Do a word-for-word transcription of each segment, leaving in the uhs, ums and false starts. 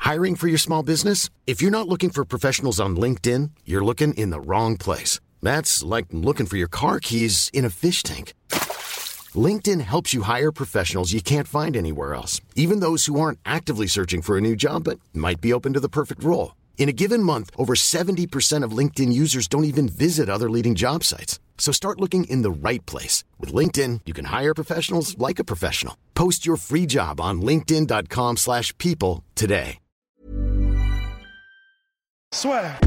Hiring for your small business? If you're not looking for professionals on LinkedIn, you're looking in the wrong place. That's like looking for your car keys in a fish tank. LinkedIn helps you hire professionals you can't find anywhere else, even those who aren't actively searching for a new job but might be open to the perfect role. In a given month, over seventy percent of LinkedIn users don't even visit other leading job sites. So start looking in the right place. With LinkedIn, you can hire professionals like a professional. Post your free job on linkedin.com slash people today. Swear.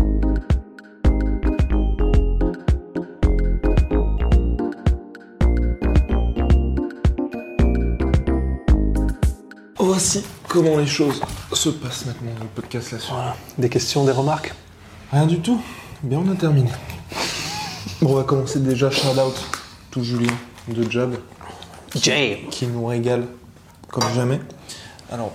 Voici comment les choses se passent maintenant dans le podcast là-dessus. Voilà. Des questions, des remarques? Rien du tout. Bien, on a terminé. Bon, on va commencer déjà. Shout out to Julien de Jab. Jay. Qui nous régale comme jamais. Alors,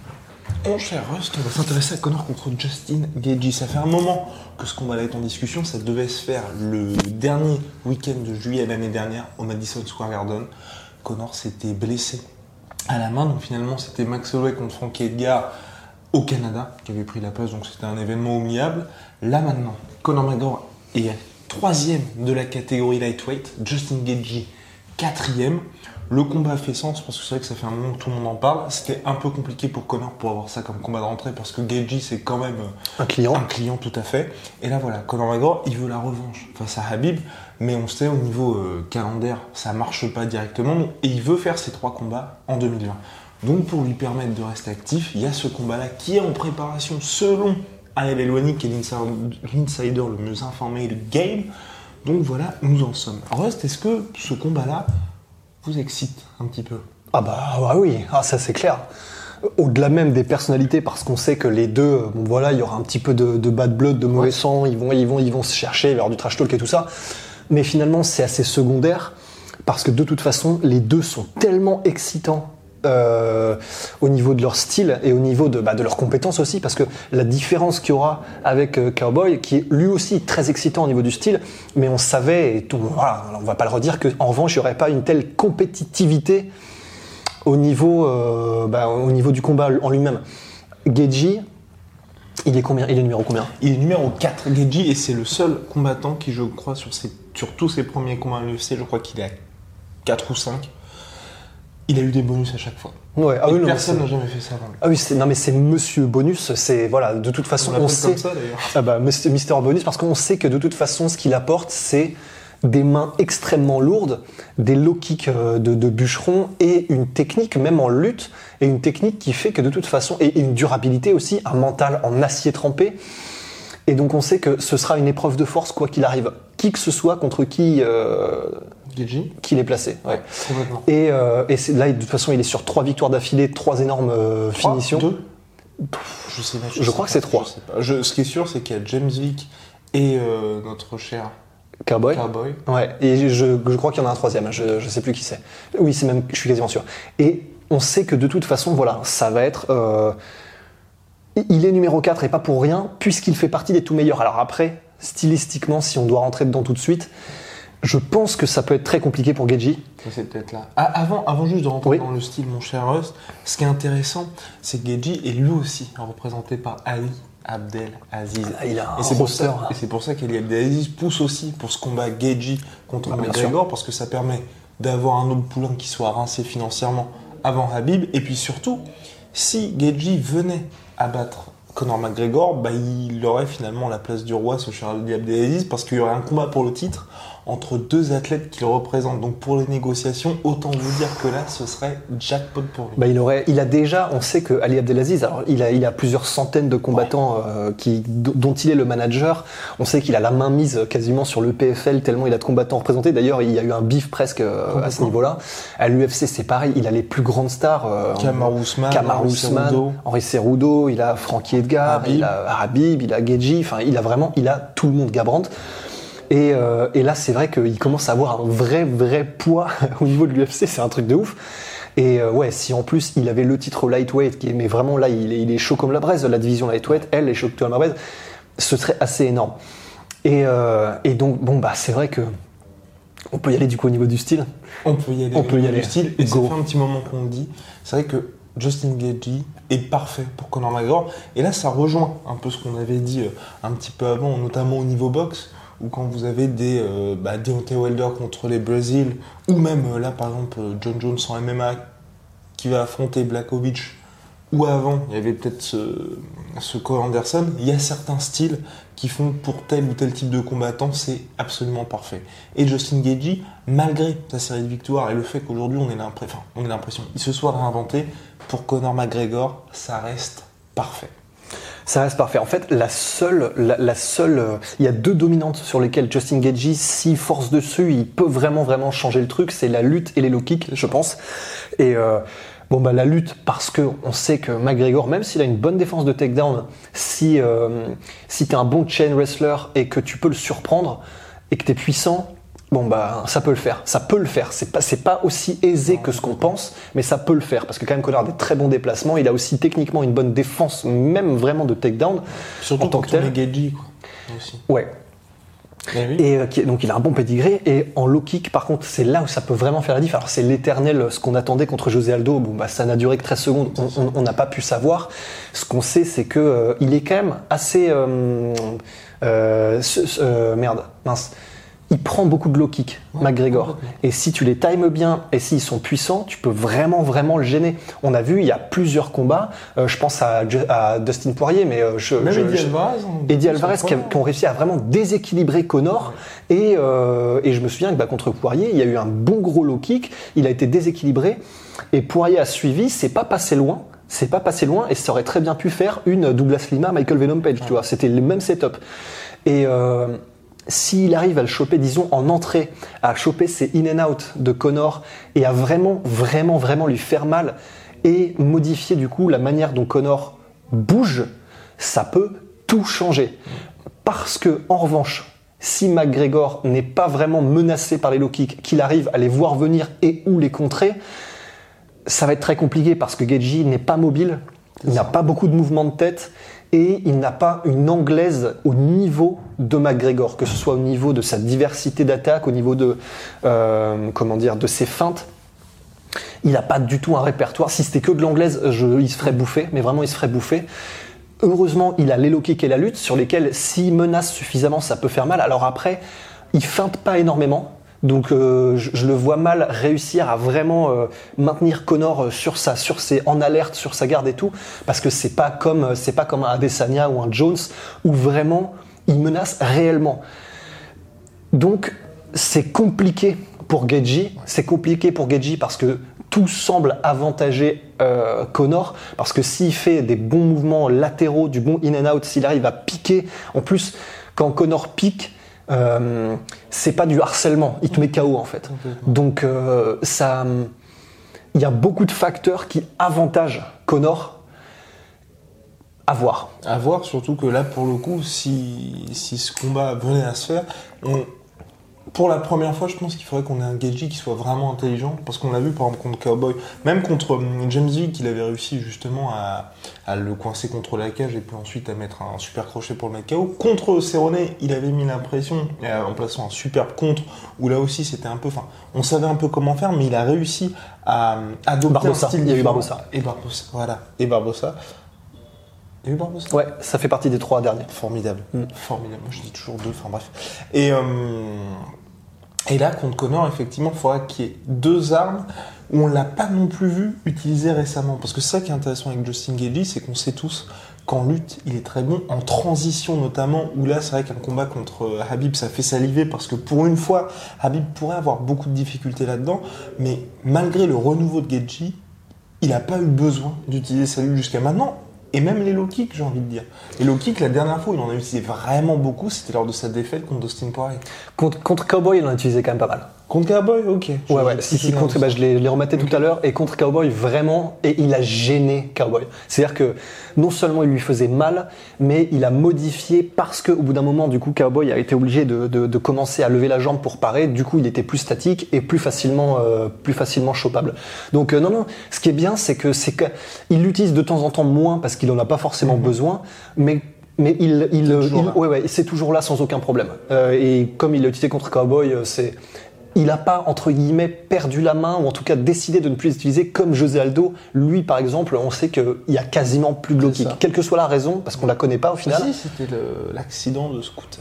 mon cher Rust, on va s'intéresser à Conor contre Justin Gaethje. Ça fait un moment que ce combat est en discussion. Ça devait se faire le dernier week-end de juillet l'année dernière au Madison Square Garden. Conor s'était blessé à la main, donc finalement c'était Max Holloway contre Frankie Edgar au Canada qui avait pris la place, donc c'était un événement oubliable. Là maintenant, Conor McGregor est troisième de la catégorie lightweight, Justin Gaethje quatrième. Le combat fait sens parce que c'est vrai que ça fait un moment que tout le monde en parle. C'était un peu compliqué pour Conor pour avoir ça comme combat de rentrée parce que Gaethje c'est quand même un client. Un client tout à fait. Et là voilà, Conor McGregor il veut la revanche face à Khabib, mais on sait au niveau euh, calendaire ça marche pas directement et il veut faire ces trois combats en deux mille vingt. Donc pour lui permettre de rester actif, il y a ce combat-là qui est en préparation selon Ariel Helwani qui est l'insider le mieux informé du game. Donc voilà, nous en sommes. Rust, est-ce que ce combat-là vous excite un petit peu? Ah bah, bah oui, ah, ça c'est clair. Au-delà même des personnalités, parce qu'on sait que les deux, bon voilà, il y aura un petit peu de, de bad blood, de mauvais ouais. sang, ils vont, ils vont, ils vont se chercher, il va y avoir du trash talk et tout ça. Mais finalement, c'est assez secondaire, parce que de toute façon, les deux sont tellement excitants euh, au niveau de leur style et au niveau de, bah, de leurs compétences aussi, parce que la différence qu'il y aura avec euh, Cowboy, qui est lui aussi très excitant au niveau du style, mais on savait, et tout, voilà, on va pas le redire, qu'en revanche, il n'y aurait pas une telle compétitivité au niveau, euh, bah, au niveau du combat en lui-même. Gaethje, il est combien? Il est numéro combien? Il est numéro quatre, Gaethje, et c'est le seul combattant qui, je crois, sur, ses, sur tous ses premiers combats à l'U F C, je crois qu'il est à quatre ou cinq. Il a eu des bonus à chaque fois. Ouais, ah oui, non, personne n'a jamais fait ça avant lui. Ah oui, c'est, non mais c'est Monsieur Bonus, c'est voilà, de toute façon on, on sait. Comme ça, d'ailleurs. Ah bah Mister Bonus, parce qu'on sait que de toute façon ce qu'il apporte c'est des mains extrêmement lourdes, des low kicks de, de bûcheron et une technique même en lutte et une technique qui fait que de toute façon et une durabilité aussi, un mental en acier trempé. Et donc on sait que ce sera une épreuve de force quoi qu'il arrive, qui que ce soit contre qui. Euh, qu'il est placé, ouais. Et, euh, et c'est, là, de toute façon, il est sur trois victoires d'affilée, trois énormes euh, trois, finitions. Deux Je sais pas. Je, je crois pas, que c'est trois. Je sais pas. Je, ce qui est sûr, c'est qu'il y a James Vick et euh, notre cher Cowboy. Cowboy. Ouais. Et je, je crois qu'il y en a un troisième. Je, je sais plus qui c'est. Oui, c'est même. Je suis quasiment sûr. Et on sait que de toute façon, voilà, ça va être. Euh, il est numéro quatre et pas pour rien, puisqu'il fait partie des tout meilleurs. Alors après, stylistiquement, si on doit rentrer dedans tout de suite. Je pense que ça peut être très compliqué pour Gaethje. C'est peut-être là. Ah, avant, avant juste de rentrer oui. dans le style, mon cher Rust, ce qui est intéressant, c'est que Gaethje est lui aussi représenté par Ali Abdelaziz. Ah, il a un et, c'est pour roster, ça, et c'est pour ça qu'Ali Abdelaziz pousse aussi pour ce combat Gaethje contre ah, McGregor, parce que ça permet d'avoir un autre poulain qui soit rincé financièrement avant Khabib. Et puis surtout, si Gaethje venait à battre Conor McGregor, bah, il aurait finalement la place du roi sur Ali Abdelaziz, parce qu'il y aurait un combat pour le titre entre deux athlètes qui le représentent. Donc pour les négociations, autant vous dire que là, ce serait jackpot pour lui. Bah, il, aurait, il a déjà, on sait que Ali Abdelaziz, alors il a, il a plusieurs centaines de combattants ouais. euh, qui, dont il est le manager. On sait qu'il a la main mise quasiment sur le P F L tellement il a de combattants représentés. D'ailleurs, il y a eu un bif presque euh, à ce niveau-là. À l'U F C, c'est pareil, il a les plus grandes stars. Euh, Kamaru Usman, Kamaru Usman, Henry Cejudo, il a Frankie Edgar, Habib. il a Khabib, il a Gaethje. Enfin, il a vraiment, il a tout le monde Garbrandt. Et, euh, et là, c'est vrai qu'il commence à avoir un vrai, vrai poids au niveau de l'U F C, c'est un truc de ouf. Et euh, ouais, si en plus il avait le titre lightweight, qui est, mais vraiment là, il est, il est chaud comme la braise, la division lightweight, elle est chaud comme la braise, ce serait assez énorme. Et, euh, et donc, bon, bah, c'est vrai que on peut y aller du coup au niveau du style. On peut y aller on au peut niveau y aller. du style. Et Go. ça fait un petit moment qu'on le dit. C'est vrai que Justin Gaethje est parfait pour Conor McGregor. Et là, ça rejoint un peu ce qu'on avait dit euh, un petit peu avant, notamment au niveau boxe, où quand vous avez des euh, bah, Deontay Wilder contre les Brésil, ou même euh, là, par exemple, euh, John Jones en M M A qui va affronter Blachowicz, ou avant, il y avait peut-être ce, ce Cole Anderson, il y a certains styles qui font pour tel ou tel type de combattant, c'est absolument parfait. Et Justin Gaethje, malgré sa série de victoires et le fait qu'aujourd'hui on ait l'impression, on ait l'impression qu'il se soit réinventé, pour Conor McGregor, ça reste parfait. Ça reste parfait. En fait, la seule, la, la seule, euh, il y a deux dominantes sur lesquelles Justin Gaethje, s'il force dessus, il peut vraiment, vraiment changer le truc. C'est la lutte et les low kicks, je pense. Et euh, bon bah la lutte, parce que on sait que McGregor, même s'il a une bonne défense de takedown, si euh, si t'es un bon chain wrestler et que tu peux le surprendre et que t'es puissant, bon bah ça peut le faire. Ça peut le faire. C'est pas c'est pas aussi aisé que ce qu'on pense, mais ça peut le faire parce que quand même Conor a des très bons déplacements. Il a aussi techniquement une bonne défense, même vraiment de takedown. Surtout en tant quand que tel. on est Gaethje, quoi. Aussi. Ouais. Et, oui. Et euh, qui, donc il a un bon pédigré. Et en low kick, par contre, c'est là où ça peut vraiment faire la diff. Alors c'est l'éternel, ce qu'on attendait contre José Aldo. Bon bah ça n'a duré que treize secondes. On n'a pas pu savoir. Ce qu'on sait, c'est que euh, il est quand même assez euh, euh, ce, ce, euh, merde, mince. Il prend beaucoup de low kick, ouais, McGregor. Et si tu les times bien et s'ils sont puissants, tu peux vraiment, vraiment le gêner. On a vu, il y a plusieurs combats. Euh, je pense à, à Dustin Poirier, mais euh, je, Même je, Eddie je, Alvarez, Eddie Alvarez qui, a, qui ont réussi à vraiment déséquilibrer Conor. Ouais. Et, euh, et je me souviens que bah, contre Poirier, il y a eu un bon gros low kick. Il a été déséquilibré. Et Poirier a suivi. C'est pas passé loin. C'est pas passé loin. Et ça aurait très bien pu faire une Douglas Lima, Michael Venom Page. Ouais. Tu vois, c'était le même setup. Et euh, s'il arrive à le choper, disons, en entrée, à choper ses in and out de Conor et à vraiment, vraiment, vraiment lui faire mal et modifier du coup la manière dont Conor bouge, ça peut tout changer. Parce que, en revanche, si McGregor n'est pas vraiment menacé par les low kicks, qu'il arrive à les voir venir et ou les contrer, ça va être très compliqué parce que Gaethje n'est pas mobile, il n'a pas beaucoup de mouvements de tête et il n'a pas une anglaise au niveau de McGregor, que ce soit au niveau de sa diversité d'attaque, au niveau de, euh, comment dire, de ses feintes. Il n'a pas du tout un répertoire. Si c'était que de l'anglaise, je, il se ferait bouffer, mais vraiment il se ferait bouffer. Heureusement, il a les low kicks et la lutte, sur lesquels s'il menace suffisamment, ça peut faire mal. Alors après, il feinte pas énormément. Donc euh, je, je le vois mal réussir à vraiment euh, maintenir Conor sur sa, sur ses, en alerte, sur sa garde et tout, parce que c'est pas comme, c'est pas comme un Adesanya ou un Jones où vraiment il menace réellement. Donc c'est compliqué pour Gaethje, c'est compliqué pour Gaethje parce que tout semble avantager euh, Conor, parce que s'il fait des bons mouvements latéraux, du bon in and out, s'il arrive à piquer, en plus quand Conor pique, Euh, c'est pas du harcèlement, il te met K O en fait. Donc euh, ça, il y a beaucoup de facteurs qui avantagent Conor à voir. À voir, surtout que là pour le coup, si, si ce combat venait à se faire, on, pour la première fois, je pense qu'il faudrait qu'on ait un Gaethje qui soit vraiment intelligent, parce qu'on l'a vu par exemple contre Cowboy, même contre James Vick, il avait réussi justement à, à le coincer contre la cage et puis ensuite à mettre un super crochet pour le mettre K O. Contre Cerrone, il avait mis l'impression, en plaçant un superbe contre, où là aussi c'était un peu, enfin, on savait un peu comment faire, mais il a réussi à adopter Barbosa, un style il y a eu différent. Barbosa. Et Barbosa, voilà, et Barbosa. Il y a eu Barbosa ? Ouais, ça fait partie des trois derniers. Formidable, mm. formidable. Moi je dis toujours deux, enfin bref. Et euh, Et là, contre Conor, effectivement, il faudra qu'il y ait deux armes où on ne l'a pas non plus vu utiliser récemment. Parce que c'est ça qui est intéressant avec Justin Gaethje, c'est qu'on sait tous qu'en lutte, il est très bon, en transition notamment, où là, c'est vrai qu'un combat contre Khabib, ça fait saliver, parce que pour une fois, Khabib pourrait avoir beaucoup de difficultés là-dedans, mais malgré le renouveau de Gaethje, il n'a pas eu besoin d'utiliser sa lutte jusqu'à maintenant. Et même les low kicks, j'ai envie de dire. Les low kicks, la dernière fois où il en a utilisé vraiment beaucoup, c'était lors de sa défaite contre Dustin Poirier. Contre, contre Cowboy, il en a utilisé quand même pas mal. Contre Cowboy, ok. Je ouais, ouais, si, si, contre, bah, je l'ai, je l'ai remetté okay. tout à l'heure, et contre Cowboy, vraiment, et il a gêné Cowboy. C'est-à-dire que non seulement il lui faisait mal, mais il a modifié parce qu'au bout d'un moment, du coup, Cowboy a été obligé de, de, de commencer à lever la jambe pour parer. Du coup, il était plus statique et plus facilement, euh, plus facilement chopable. Donc, euh, non, non, ce qui est bien, c'est que c'est qu'il l'utilise de temps en temps moins parce qu'il en a pas forcément mm-hmm. besoin, mais mais il, il, il, il ouais, ouais, c'est toujours là sans aucun problème. Euh, et comme il l'a utilisé contre Cowboy, c'est il n'a pas, entre guillemets, perdu la main, ou en tout cas décidé de ne plus les utiliser comme José Aldo. Lui, par exemple, on sait qu'il y a quasiment plus de low kick. Quelle que soit la raison, parce qu'on la connaît pas au final. Si, c'était le, l'accident de scooter.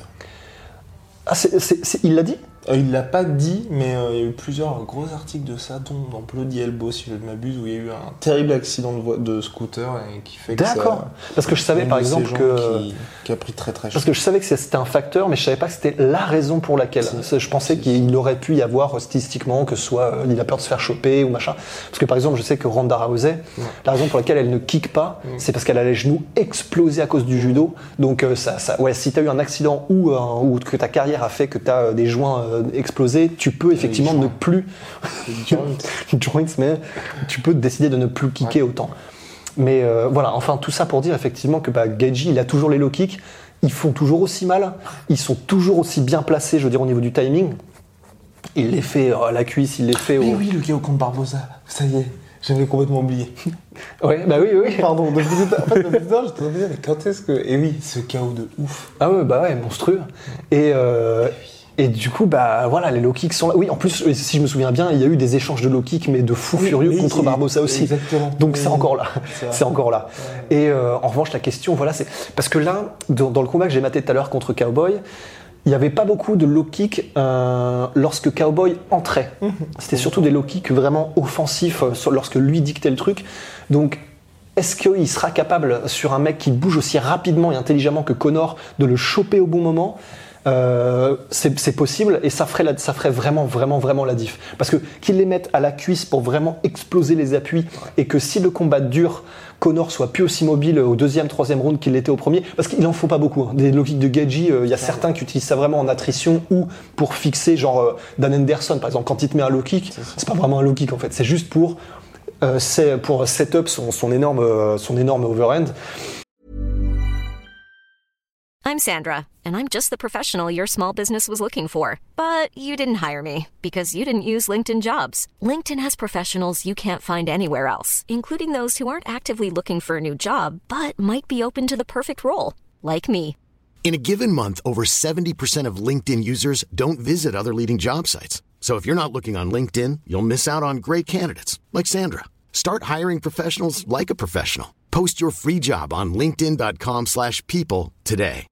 Ah, c'est, c'est, c'est, il l'a dit ? Euh, il l'a pas dit, mais euh, il y a eu plusieurs gros articles de ça, dont dans Bloody Elbow, si je ne m'abuse, où il y a eu un terrible accident de, vo- de scooter et qui fait que D'accord. ça... Parce que je savais par exemple que... Qui, qui a pris très très cher. Parce que je savais que c'était un facteur, mais je savais pas que c'était la raison pour laquelle. Si. Je pensais Si, qu'il si. aurait pu y avoir statistiquement que ce soit euh, il a peur de se faire choper ou machin. Parce que par exemple, je sais que Ronda Rousey, ouais. la raison pour laquelle elle ne kick pas, ouais. c'est parce qu'elle a les genoux explosés à cause du judo. Donc euh, ça, ça, ouais, si tu as eu un accident ou, euh, ou que ta carrière a fait que tu as des joints euh, explosés, tu peux effectivement ne plus joints, mais tu peux décider de ne plus kicker ouais. autant. Mais euh, voilà, enfin tout ça pour dire effectivement que bah, Gaethje, il a toujours les low kicks, ils font toujours aussi mal, ils sont toujours aussi bien placés, je veux dire au niveau du timing. Il les fait à la cuisse, il les fait au... Mais oui, le K O contre Barbosa, ça y est, j'avais complètement oublié. Ouais, bah oui, oui. Pardon, depuis tout à l'heure, j'étais en train de me dire, mais quand est-ce que... Et oui, ce K O de ouf. Ah ouais, bah ouais, monstrueux. Et... Euh... Et du coup, bah voilà, les low kicks sont là. Oui, en plus, si je me souviens bien, il y a eu des échanges de low kicks, mais de fou oui, furieux oui, contre Barbosa aussi. Exactement. Donc oui, c'est encore là. C'est, c'est encore là. Ouais. Et euh, en revanche, la question, voilà, c'est parce que là, dans, dans le combat que j'ai maté tout à l'heure contre Cowboy, il n'y avait pas beaucoup de low kicks euh, lorsque Cowboy entrait. Mmh. C'était surtout des low kicks vraiment offensifs euh, lorsque lui dictait le truc. Donc est-ce qu'il sera capable, sur un mec qui bouge aussi rapidement et intelligemment que Conor, de le choper au bon moment ? Euh, c'est, c'est possible et ça ferait, la, ça ferait vraiment, vraiment, vraiment la diff. Parce que qu'ils les mettent à la cuisse pour vraiment exploser les appuis ouais. et que si le combat dure, Conor soit plus aussi mobile au deuxième, troisième round qu'il l'était au premier, parce qu'il en faut pas beaucoup. Hein. Des low kicks de Gaethje, il euh, y a ouais. certains qui utilisent ça vraiment en attrition ou pour fixer, genre euh, Dan Henderson par exemple, quand il te met un low kick, c'est, c'est pas vraiment un low kick en fait, c'est juste pour, euh, c'est pour set up son, son, énorme, euh, son énorme overhand. I'm Sandra, and I'm just the professional your small business was looking for. But you didn't hire me, because you didn't use LinkedIn Jobs. LinkedIn has professionals you can't find anywhere else, including those who aren't actively looking for a new job, but might be open to the perfect role, like me. In a given month, over seventy percent of LinkedIn users don't visit other leading job sites. So if you're not looking on LinkedIn, you'll miss out on great candidates, like Sandra. Start hiring professionals like a professional. Post your free job on linkedin.com slash people today.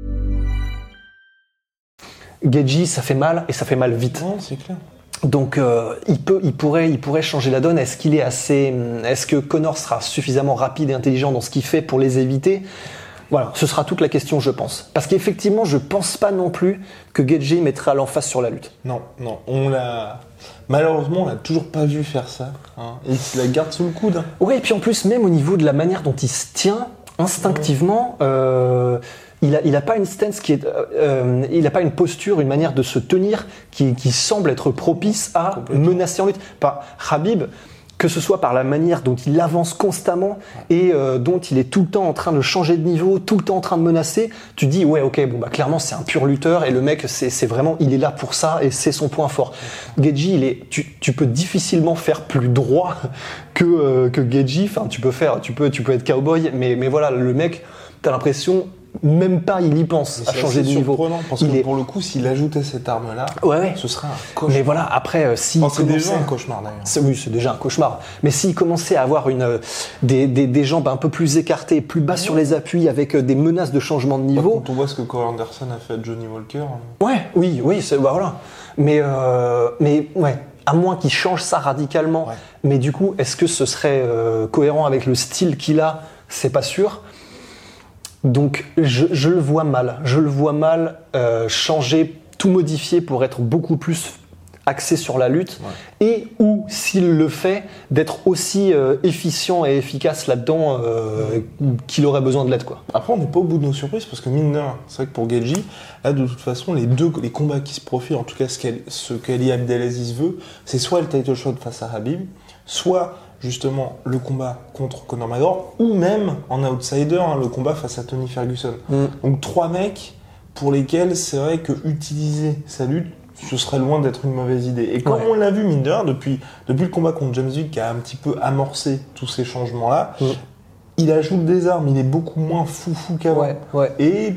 Gaethje, ça fait mal et ça fait mal vite. Non, c'est clair. Donc euh, il peut, il pourrait, il pourrait changer la donne. Est-ce qu'il est assez, est-ce que Conor sera suffisamment rapide et intelligent dans ce qu'il fait pour les éviter ? Voilà, ce sera toute la question, je pense. Parce qu'effectivement, je pense pas non plus que Gaethje mettra l'emphase sur la lutte. Non, non, on l'a. Malheureusement, on l'a toujours pas vu faire ça. Hein. Il se la garde sous le coude. Hein. Oui, et puis en plus, même au niveau de la manière dont il se tient, instinctivement. Euh, Il a, il a pas une stance qui est, euh, il a pas une posture, une manière de se tenir qui, qui semble être propice à menacer en lutte. Par Khabib, que ce soit par la manière dont il avance constamment et euh, dont il est tout le temps en train de changer de niveau, tout le temps en train de menacer, tu dis ouais ok bon bah clairement c'est un pur lutteur et le mec c'est, c'est vraiment il est là pour ça et c'est son point fort. Gaethje il est, tu, tu peux difficilement faire plus droit que euh, que Gaethje. Enfin tu peux faire, tu peux tu peux être cowboy mais mais voilà le mec t'as l'impression même pas il y pense à changer de niveau. Parce il que est... pour le coup, s'il ajoutait cette arme-là, ouais, ouais. ce serait un cauchemar. Mais voilà, après, euh, s'il enfin, c'est commençait... déjà un cauchemar d'ailleurs. C'est, oui, c'est déjà un cauchemar. Mais s'il commençait à avoir une, euh, des, des, des jambes un peu plus écartées, plus bas ouais. sur les appuis, avec euh, des menaces de changement de niveau. Quand on voit ce que Corey Anderson a fait à Johnny Walker. Hein. Ouais, oui, oui, c'est, bah, voilà. Mais, euh, mais ouais. À moins qu'il change ça radicalement. Ouais. Mais du coup, est-ce que ce serait euh, cohérent avec le style qu'il a ? C'est pas sûr. Donc je, je le vois mal, je le vois mal euh, changer, tout modifier pour être beaucoup plus axé sur la lutte ouais. et ou s'il le fait d'être aussi euh, efficient et efficace là-dedans euh, ouais. qu'il aurait besoin de l'être quoi. Après on n'est pas au bout de nos surprises parce que mine de rien, c'est vrai que pour Gaethje, là de toute façon les deux les combats qui se profilent, en tout cas ce, qu'elle, ce qu'Ali Abdelaziz veut, c'est soit le title shot face à Khabib, soit justement le combat contre Conor McGregor ou même en outsider hein, le combat face à Tony Ferguson. Mm. Donc trois mecs pour lesquels c'est vrai que utiliser sa lutte ce serait loin d'être une mauvaise idée. Et comme ouais. on l'a vu mine de rien depuis, depuis le combat contre James Vick qui a un petit peu amorcé tous ces changements là, mm. il ajoute des armes, il est beaucoup moins foufou qu'avant. Ouais, ouais. Et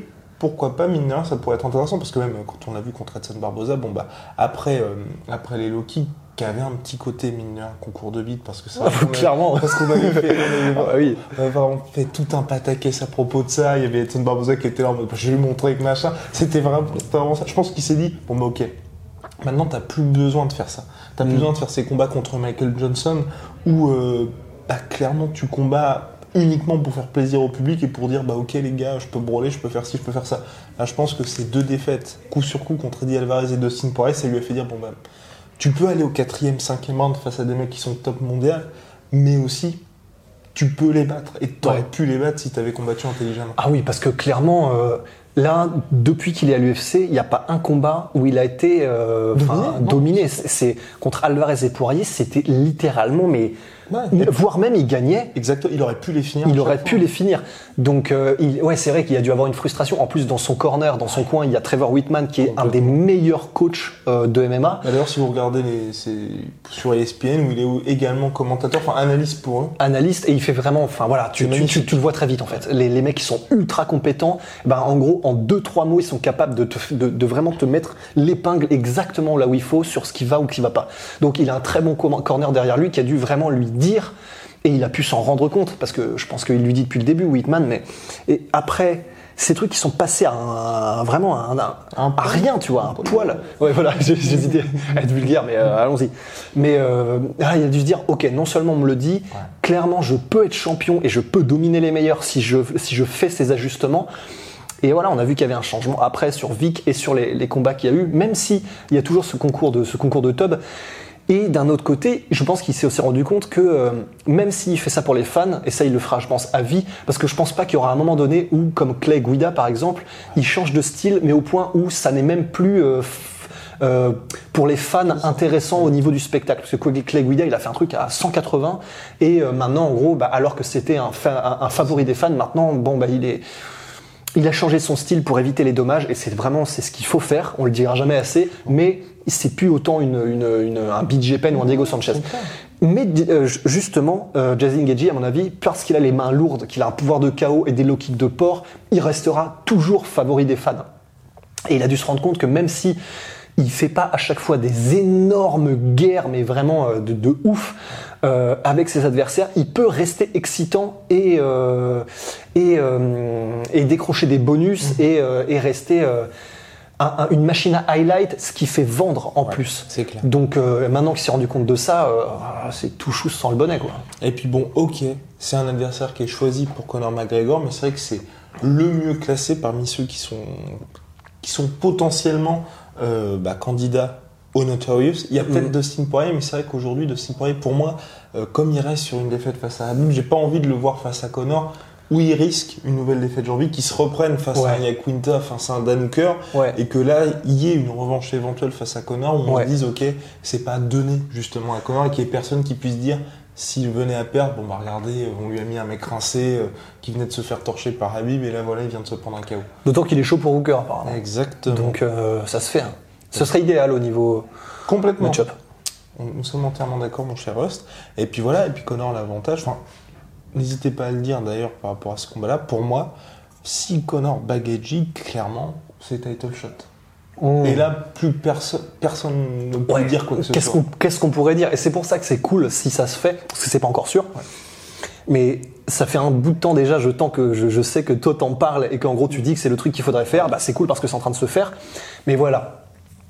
pourquoi pas, mine de rien, ça pourrait être intéressant, parce que même quand on l'a vu contre Edson Barboza, bon bah, après, euh, après les low kicks, qui avait un petit côté, mine de rien, concours de beat, parce que ça, ah, clairement, parce qu'on avait fait, on avait, ah, oui. on avait vraiment fait tout un pataquès à propos de ça. Il y avait Edson Barboza qui était là en mode, je vais lui montrer que machin. C'était vraiment, c'était vraiment ça. Je pense qu'il s'est dit, bon bah ok, maintenant t'as plus besoin de faire ça. T'as plus mm. besoin de faire ces combats contre Michael Johnson où euh, bah, clairement tu combats uniquement pour faire plaisir au public et pour dire bah ok les gars, je peux brawler, je peux faire ci, je peux faire ça. Là je pense que ces deux défaites, coup sur coup contre Eddie Alvarez et Dustin Poirier, ça lui a fait dire bon bah tu peux aller au quatrième, cinquième round face à des mecs qui sont top mondial, mais aussi tu peux les battre et t'aurais ouais. pu les battre si t'avais combattu intelligemment. Ah oui, parce que clairement euh, là, depuis qu'il est à l'U F C, il n'y a pas un combat où il a été euh, dominé. dominé. C'est, c'est contre Alvarez et Poirier, c'était littéralement mais ouais. voire même il gagnait. Exactement, il aurait pu les finir. Il aurait pu fois. les finir. Donc, euh, il, ouais, c'est vrai qu'il a dû avoir une frustration. En plus, dans son corner, dans son coin, il y a Trevor Whitman qui est un des meilleurs coachs euh, de M M A. Bah d'ailleurs, si vous regardez les, c'est sur E S P N où il est également commentateur, enfin analyste pour eux. Analyste, et il fait vraiment, enfin voilà, tu, tu, tu, tu le vois très vite en fait. Les, les mecs qui sont ultra compétents, ben en gros, en deux trois mots, ils sont capables de, te, de, de vraiment te mettre l'épingle exactement là où il faut sur ce qui va ou qui va pas. Donc, il a un très bon corner derrière lui qui a dû vraiment lui dire. Et il a pu s'en rendre compte, parce que je pense qu'il lui dit depuis le début, Whitman, mais et après, ces trucs qui sont passés à un, à vraiment à, un, à, un à rien, tu vois, un poil. Ouais, voilà, j'ai, j'ai hésité à être vulgaire, mais euh, allons-y. Mais euh, là, il a dû se dire, ok, non seulement on me le dit, ouais. clairement, je peux être champion et je peux dominer les meilleurs si je, si je fais ces ajustements. Et voilà, on a vu qu'il y avait un changement après sur Vic et sur les, les combats qu'il y a eu, même si il y a toujours ce concours de, ce concours de tub. Et d'un autre côté, je pense qu'il s'est aussi rendu compte que euh, même s'il fait ça pour les fans, et ça il le fera je pense à vie, parce que je pense pas qu'il y aura un moment donné où, comme Clay Guida par exemple, il change de style, mais au point où ça n'est même plus euh, f- euh, pour les fans intéressant au niveau du spectacle. Parce que Clay Guida il a fait un truc à cent quatre-vingts, et euh, maintenant en gros, bah, alors que c'était un, fa- un, un favori des fans, maintenant bon bah il est... Il a changé son style pour éviter les dommages, et c'est vraiment c'est ce qu'il faut faire, on le dira jamais assez, mais c'est plus autant une, une, une, un B J Penn ou un Diego Sanchez. Mais euh, justement, euh, Justin Gaethje, à mon avis, parce qu'il a les mains lourdes, qu'il a un pouvoir de K O et des low kicks de porc, il restera toujours favori des fans. Et il a dû se rendre compte que même si il fait pas à chaque fois des énormes guerres, mais vraiment euh, de, de ouf, euh, avec ses adversaires, il peut rester excitant et euh, et, euh, et décrocher des bonus mmh. et, euh, et rester euh, un, un, une machine à highlight, ce qui fait vendre en ouais, plus. C'est clair. Donc euh, maintenant qu'il s'est rendu compte de ça, euh, c'est tout chou sans le bonnet quoi. Et puis bon, ok, c'est un adversaire qui est choisi pour Conor McGregor, mais c'est vrai que c'est le mieux classé parmi ceux qui sont qui sont potentiellement euh, bah, candidats au Notorious. Il y a peut-être mmh. Dustin Poirier, mais c'est vrai qu'aujourd'hui, Dustin Poirier, pour moi, euh, comme il reste sur une défaite face à Khabib, j'ai pas envie de le voir face à Conor, où il risque une nouvelle défaite. J'ai envie qu'il se reprenne face ouais. à Anya Quinta, face à un Dan Hooker, ouais. et que là, il y ait une revanche éventuelle face à Conor, où on ouais. se dise, ok, c'est pas donné justement à Conor, et qu'il y ait personne qui puisse dire, s'il venait à perdre, bon bah regardez, on lui a mis un mec rincé euh, qui venait de se faire torcher par Khabib, et là voilà, il vient de se prendre un K O. D'autant qu'il est chaud pour Hooker apparemment. Exactement. Donc euh, ça se fait. Hein. Ce serait idéal au niveau complètement. Match-up. Nous sommes entièrement d'accord, mon cher Rust. Et puis voilà, et puis Conor a l'avantage. Enfin, n'hésitez pas à le dire d'ailleurs par rapport à ce combat-là. Pour moi, si Conor bat Gaethje, clairement, c'est title shot. Mmh. Et là, plus perso- personne ne peut ouais. dire quoi que ce qu'est-ce soit. Qu'on, qu'est-ce qu'on pourrait dire ? Et c'est pour ça que c'est cool si ça se fait, parce que c'est pas encore sûr. Ouais. Mais ça fait un bout de temps déjà, je, temps que je, je sais que toi t'en parles et qu'en gros tu dis que c'est le truc qu'il faudrait faire. Bah c'est cool parce que c'est en train de se faire. Mais voilà,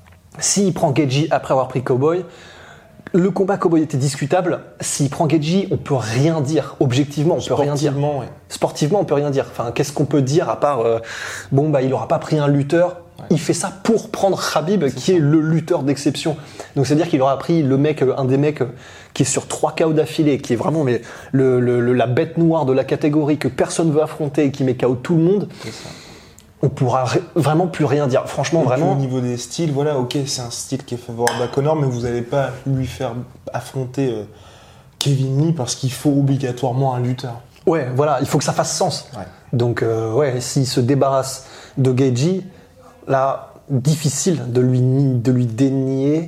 s'il prend Gaethje après avoir pris Cowboy, le combat Cowboy était discutable. S'il prend Gaethje, on peut rien dire. Objectivement, on peut rien dire. Ouais. Sportivement, on peut rien dire. Enfin, qu'est-ce qu'on peut dire à part euh, bon bah il aura pas pris un lutteur. Ouais. Il fait ça pour prendre Khabib, c'est qui ça. Est le lutteur d'exception. Donc c'est-à-dire qu'il aura pris le mec, un des mecs qui est sur trois K O d'affilée, qui est vraiment mais, le, le, le, la bête noire de la catégorie que personne veut affronter et qui met K O tout le monde. C'est ça. On pourra r- vraiment plus rien dire. Franchement, et vraiment. Au niveau des styles, voilà, ok, c'est un style qui est favorable à Conor, mais vous n'allez pas lui faire affronter euh, Kevin Lee parce qu'il faut obligatoirement un lutteur. Ouais, voilà, il faut que ça fasse sens. Ouais. Donc, euh, ouais, s'il se débarrasse de Gaethje, là, difficile de lui, de lui dénier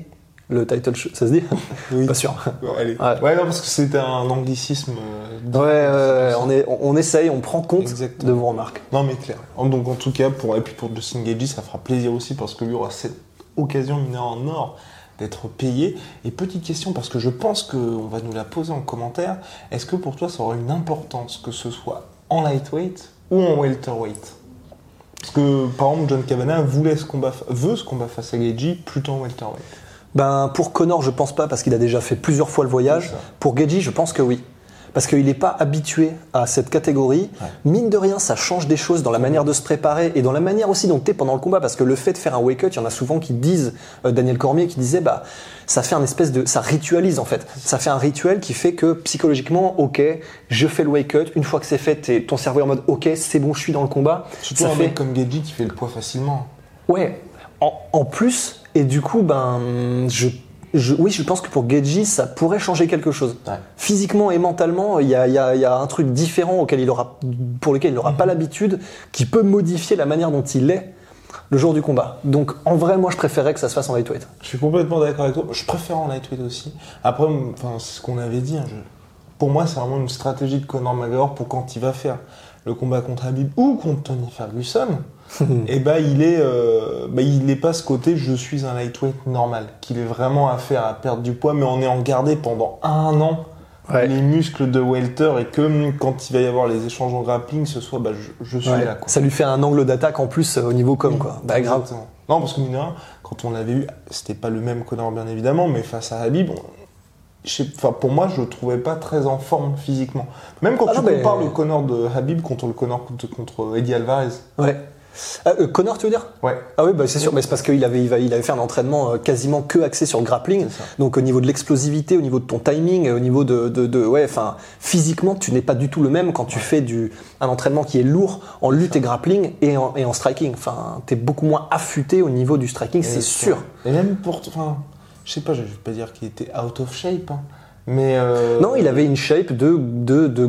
Le title shot, ça se dit? Oui. Pas sûr. Ouais, allez. Ouais. Ouais, non, parce que c'était un anglicisme. euh, Ouais, ouais, ouais, on, est, on, on essaye, on prend compte Exactement. de vos remarques. Non, mais clair. Donc, en tout cas, pour, et puis pour Justin Gaethje, ça fera plaisir aussi parce que lui aura cette occasion mineure en or d'être payé. Et petite question, parce que je pense qu'on va nous la poser en commentaire, est-ce que pour toi, ça aura une importance que ce soit en lightweight ou en welterweight? Parce que, par exemple, John Kavanagh voulait ce combat, veut ce combat face à Gaethje plutôt en welterweight. Ben, pour Conor, je pense pas, parce qu'il a déjà fait plusieurs fois le voyage. Pour Gaethje, je pense que oui. Parce qu'il n'est pas habitué à cette catégorie. Ouais. Mine de rien, ça change des choses dans la manière de se préparer et dans la manière aussi dont tu es pendant le combat. Parce que le fait de faire un wake-up, il y en a souvent qui disent, euh, Daniel Cormier qui disait, bah, ça fait un espèce de, ça ritualise en fait. Ça fait un rituel qui fait que psychologiquement, ok, je fais le wake-up. Une fois que c'est fait, t'es, ton cerveau est en mode, ok, c'est bon, je suis dans le combat. Surtout ça un fait... mec comme Gaethje qui fait le poids facilement. Ouais. En, en plus, et du coup, ben, je Je, oui, je pense que pour Gaethje, ça pourrait changer quelque chose. Ouais. Physiquement et mentalement, il y a, y, a, y a un truc différent auquel il aura, pour lequel il n'aura mmh. pas l'habitude, qui peut modifier la manière dont il est le jour du combat. Donc, en vrai, moi, je préférais que ça se fasse en lightweight. Je suis complètement d'accord avec toi. Je préfère en lightweight aussi. Après, enfin, c'est ce qu'on avait dit. Hein, je... Pour moi, c'est vraiment une stratégie de Conor McGregor pour quand il va faire le combat contre Khabib ou contre Tony Ferguson. et bah il est euh, bah il est pas ce côté je suis un lightweight normal qu'il est vraiment à faire à perdre du poids mais en ayant gardé pendant un an ouais. les muscles de welter et que quand il va y avoir les échanges en grappling ce soit bah je, je suis ouais. là quoi. Ça lui fait un angle d'attaque en plus au niveau com quoi. Bah grave. Exactement. Non parce que mine de rien, quand on l'avait eu c'était pas le même Conor bien évidemment mais face à Khabib on... Enfin, pour moi, je le trouvais pas très en forme physiquement. Même quand ah tu non, compares mais... le Conor de Khabib contre le Conor contre, contre Eddie Alvarez. Ouais. Ah, euh, Conor, tu veux dire ? Ouais. Ah oui, bah, c'est sûr, mais c'est parce qu'il avait, il avait fait un entraînement euh, quasiment que axé sur le grappling. Donc au niveau de l'explosivité, au niveau de ton timing, au niveau de, de, de ouais, enfin, physiquement, tu n'es pas du tout le même quand tu ouais. fais du, un entraînement qui est lourd en lutte et grappling et en, et en striking. Enfin, t'es beaucoup moins affûté au niveau du striking, et c'est sûr. Et même pour, enfin, je sais pas, je vais pas dire qu'il était out of shape, hein, mais euh... non, il avait une shape de de de,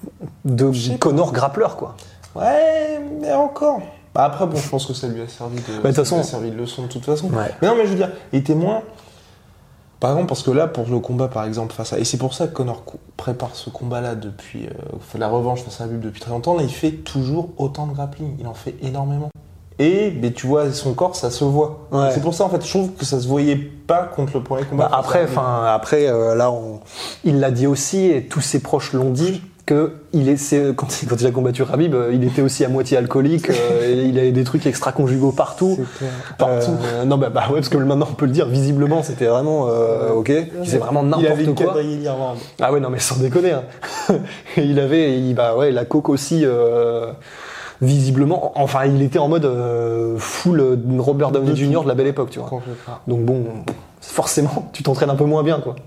de, de Conor grappleur quoi. Ouais, mais encore. Bah après, bon, je pense que ça lui a servi de, bah, ça lui a servi de leçon de toute façon. Ouais. Mais non, mais je veux dire, il était moins. Par exemple, parce que là, pour le combat, par exemple, face à. Et c'est pour ça que Conor prépare ce combat-là depuis. Euh, la revanche face à Khabib depuis très longtemps. Là, il fait toujours autant de grappling. Il en fait énormément. Et mais tu vois, son corps, ça se voit. Ouais. C'est pour ça, en fait, je trouve que ça se voyait pas contre le premier combat. Bah, après, enfin, après, euh, là, on... il l'a dit aussi, et tous ses proches l'ont dit. Que il est, c'est, quand, quand il a combattu Khabib, il était aussi à moitié alcoolique, euh, et il avait des trucs extra-conjugaux partout. Partout. Euh, non, bah, bah ouais, parce que maintenant on peut le dire, visiblement c'était vraiment euh, ok. C'est vraiment n'importe il avait quoi. Une ah ouais, non, mais sans déconner. Hein. il avait, il, bah ouais, la coke aussi. Euh, visiblement, enfin, il était en mode euh, full Robert Downey junior de la belle époque, tu vois. Donc bon. Forcément, tu t'entraînes un peu moins bien, quoi.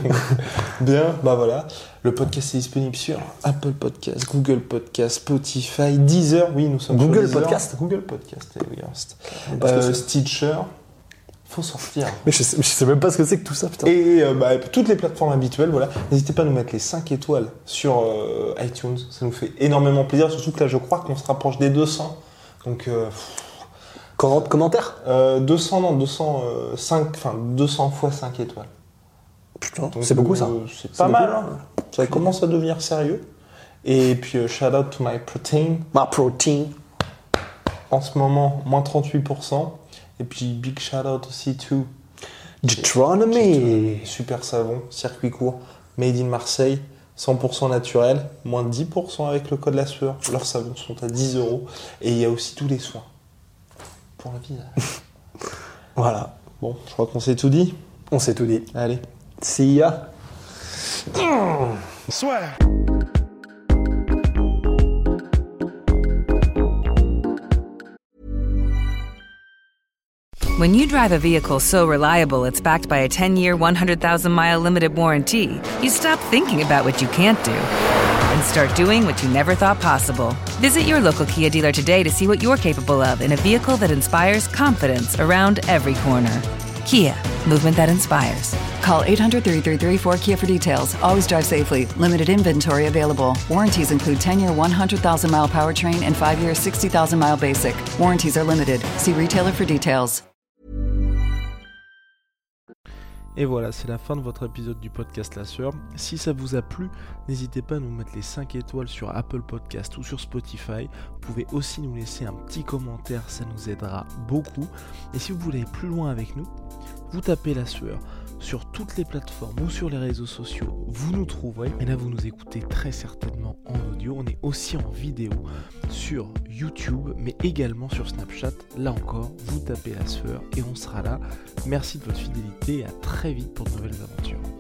Bien, bah voilà. Le podcast est disponible sur Apple Podcast, Google Podcast, Spotify, Deezer. Oui, nous sommes Google sur Podcast. Google Podcast, et oui, euh, Stitcher. Faut sortir. Mais je sais, je sais même pas ce que c'est que tout ça, putain. Et euh, bah, toutes les plateformes habituelles, voilà. N'hésitez pas à nous mettre les cinq étoiles sur euh, iTunes. Ça nous fait énormément plaisir. Surtout que là, je crois qu'on se rapproche des deux cents. Donc. Euh, Commentaires euh, deux cents, non, deux cent cinq, enfin deux cents fois cinq étoiles. Putain, donc, c'est beaucoup ça. Euh, c'est, c'est pas mal, hein. Ça commence à devenir sérieux. Et puis, euh, shout out to my protein. My protein. En ce moment, moins trente-huit pour cent. Et puis, big shout out aussi to Deuteronomy. Super savon, circuit court, made in Marseille, cent pour cent naturel, moins dix pour cent avec le code la sueur. Leurs savons sont à dix euros. Et il y a aussi tous les soins. Pour le visage. Voilà. Bon, je crois qu'on s'est tout dit. On s'est tout dit. Allez. See ya. Soit. When you drive a vehicle so reliable it's backed by a ten-year, one hundred thousand mile limited warranty, you stop thinking about what you can't do and start doing what you never thought possible. Visit your local Kia dealer today to see what you're capable of in a vehicle that inspires confidence around every corner. Kia, movement that inspires. Call eight hundred, three three three, four K I A for details. Always drive safely. Limited inventory available. Warranties include ten-year, one hundred thousand mile powertrain and five-year, sixty thousand mile basic. Warranties are limited. See retailer for details. Et voilà, c'est la fin de votre épisode du podcast La Sueur. Si ça vous a plu, n'hésitez pas à nous mettre les cinq étoiles sur Apple Podcast ou sur Spotify. Vous pouvez aussi nous laisser un petit commentaire, ça nous aidera beaucoup. Et si vous voulez aller plus loin avec nous, vous tapez La Sueur sur toutes les plateformes ou sur les réseaux sociaux, vous nous trouverez. Et là, vous nous écoutez très certainement en audio. On est aussi en vidéo sur YouTube, mais également sur Snapchat. Là encore, vous tapez La Sueur et on sera là. Merci de votre fidélité et à très vite pour de nouvelles aventures.